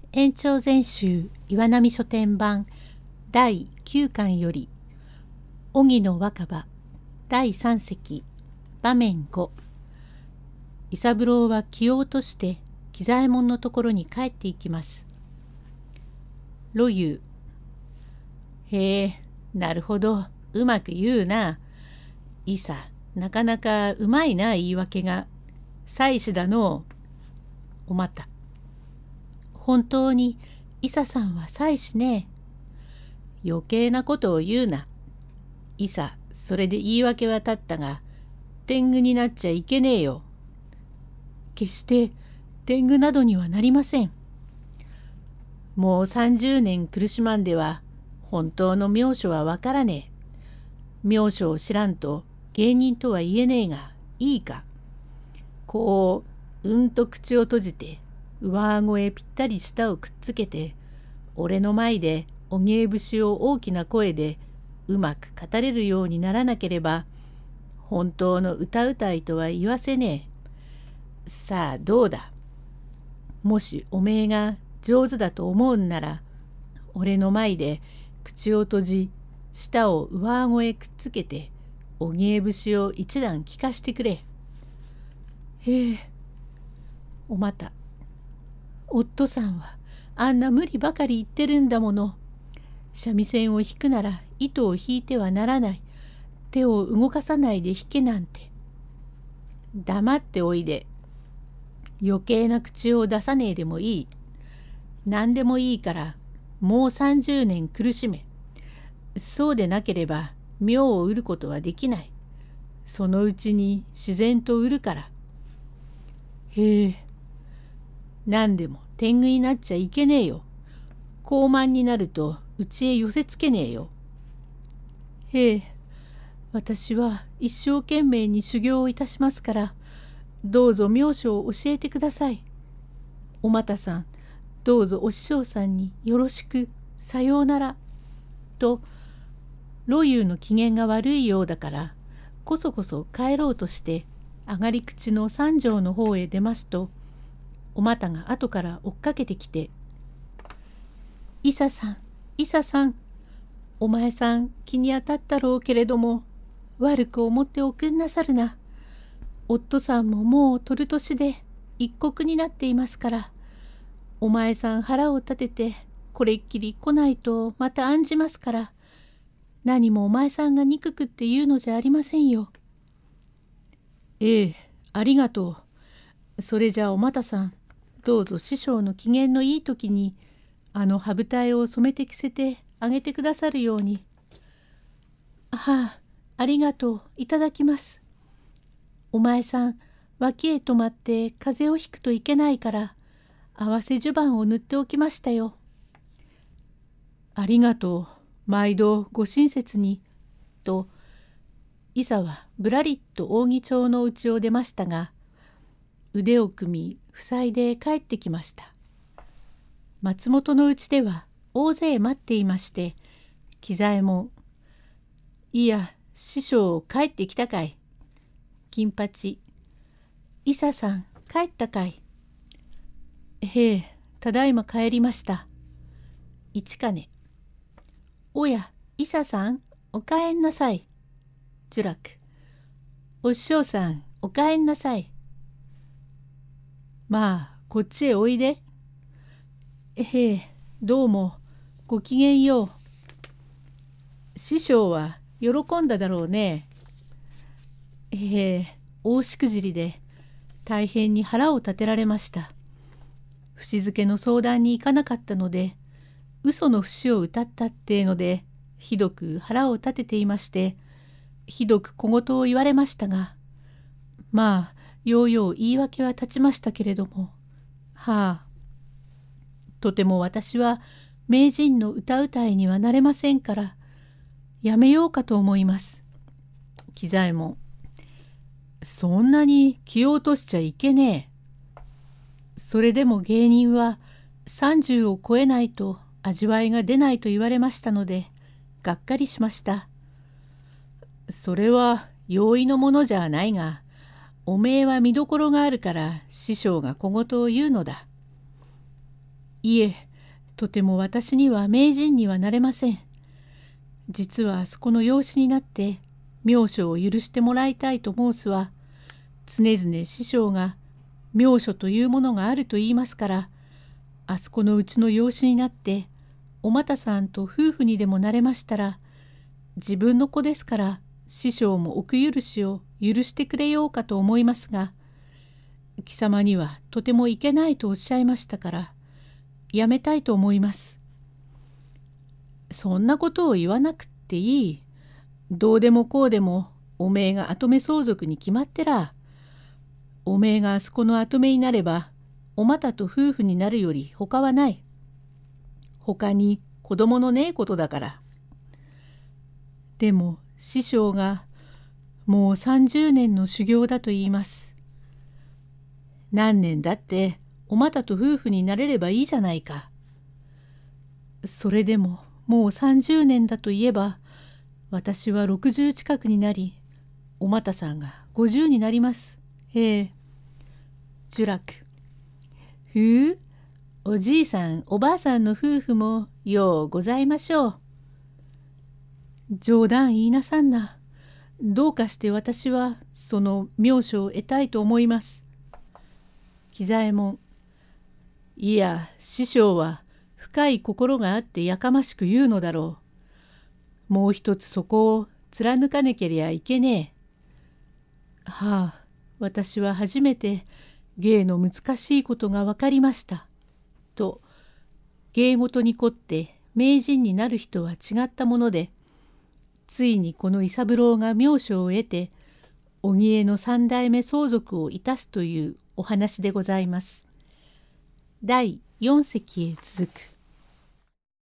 延長全集岩波書店版第9巻より荻野若葉第3席場面5。伊三郎は気を落として喜左衛門のところに帰っていきます。露友、へえ、なるほど、うまく言うな。伊佐、なかなかうまいな言い訳が。妻子だのう。おまた、本当に伊佐さんは妻子ね。余計なことを言うな。伊佐、それで言い訳は立ったが、天狗になっちゃいけねえよ。決して天狗などにはなりません。もう30年苦しまんでは、本当の妙所はわからねえ。妙所を知らんと芸人とは言えねえが、いいか。こう、うんと口を閉じて、上顎へぴったり舌をくっつけて、俺の前で荻江節を大きな声でうまく語れるようにならなければ、本当の歌うたいとは言わせねえ。さあどうだ。もしおめえが上手だと思うんなら、俺の前で口を閉じ、舌を上顎へくっつけて、荻江節を一段聞かしてくれ。へえ。おまた、夫さんはあんな無理ばかり言ってるんだもの。三味線を弾くなら糸を引いてはならない。手を動かさないで弾けなんて。黙っておいで。余計な口を出さねえでもいい。何でもいいからもう30年苦しめ。そうでなければ妙を売ることはできない。そのうちに自然と売るから。へえ。何でも天狗になっちゃいけねえよ。高慢になるとうちへ寄せつけねえよ。へえ。私は一生懸命に修行をいたしますから、どうぞ妙所を教えてください。おまたさん、どうぞお師匠さんによろしく、さようなら。と、露友の機嫌が悪いようだから、こそこそ帰ろうとして、上がり口の三条の方へ出ますと、おまたが後から追っかけてきて、伊佐さん、伊佐さん、お前さん気に当たったろうけれども、悪く思っておくんなさるな。夫さんももう取る年で一国になっていますから、お前さん腹を立ててこれっきり来ないとまた案じますから、何もお前さんが憎くって言うのじゃありませんよ。ええ、ありがとう。それじゃあおまたさん、どうぞ師匠の機嫌のいい時にあの羽二重を染めて着せてあげてくださるように。はあ、ありがとう、いただきます。お前さん、脇へ止まって風邪をひくといけないから、合わせ襦袢を塗っておきましたよ。ありがとう、毎度ご親切に。と、伊佐はぶらりっと扇町のうちを出ましたが、腕を組み塞いで帰ってきました。松本のうちでは大勢待っていまして、喜左衛門、いや、師匠帰ってきたかい。金八、伊佐さん帰ったかい。へえ、ただいま帰りました。一金、おや、伊佐さん、お帰んなさい。寿楽、お師匠さん、お帰んなさい。まあ、こっちへおいで。へえ、どうも、ごきげんよう。師匠は喜んだだろうね。大しくじりで大変に腹を立てられました。節付けの相談に行かなかったので、嘘の節を歌ったってので、ひどく腹を立てていまして、ひどく小言を言われましたが、まあ、ようよう言い訳は立ちましたけれども、はあ、とても私は名人の歌うたいにはなれませんから、やめようかと思います。喜左衛門、そんなに気を落としちゃいけねえ。それでも芸人は30を超えないと味わいが出ないと言われましたので、がっかりしました。それは容易のものじゃないが、おめえは見どころがあるから師匠が小言を言うのだ。 いえ、とても私には名人にはなれません。実はあそこの養子になって妙書を許してもらいたいと申すは、常々師匠が妙書というものがあると言いますから、あそこのうちの養子になってお又さんと夫婦にでもなれましたら、自分の子ですから師匠も奥許しを許してくれようかと思いますが、貴様にはとてもいけないとおっしゃいましたから、やめたいと思います。そんなことを言わなくっていい。どうでもこうでもおめえが跡目相続に決まってら。おめえがあそこの跡目になればお又と夫婦になるより他はない。他に子供のねえことだから。でも師匠がもう30年の修行だと言います。何年だってお又と夫婦になれればいいじゃないか。それでももう30年だといえば、私は60近くになり、お又さんが50になります。呪楽。ふう、おじいさんおばあさんの夫婦もようございましょう。冗談言いなさんな。どうかして私はその妙書を得たいと思います。喜左衛門。いや、師匠は深い心があってやかましく言うのだろう。もう一つそこを貫かねけりゃいけねえ。はあ、私は初めて芸の難しいことが分かりました。と、芸事に凝って名人になる人は違ったもので、ついにこの伊三郎が妙書を得て、荻江の三代目相続をいたすというお話でございます。第4席へ続く。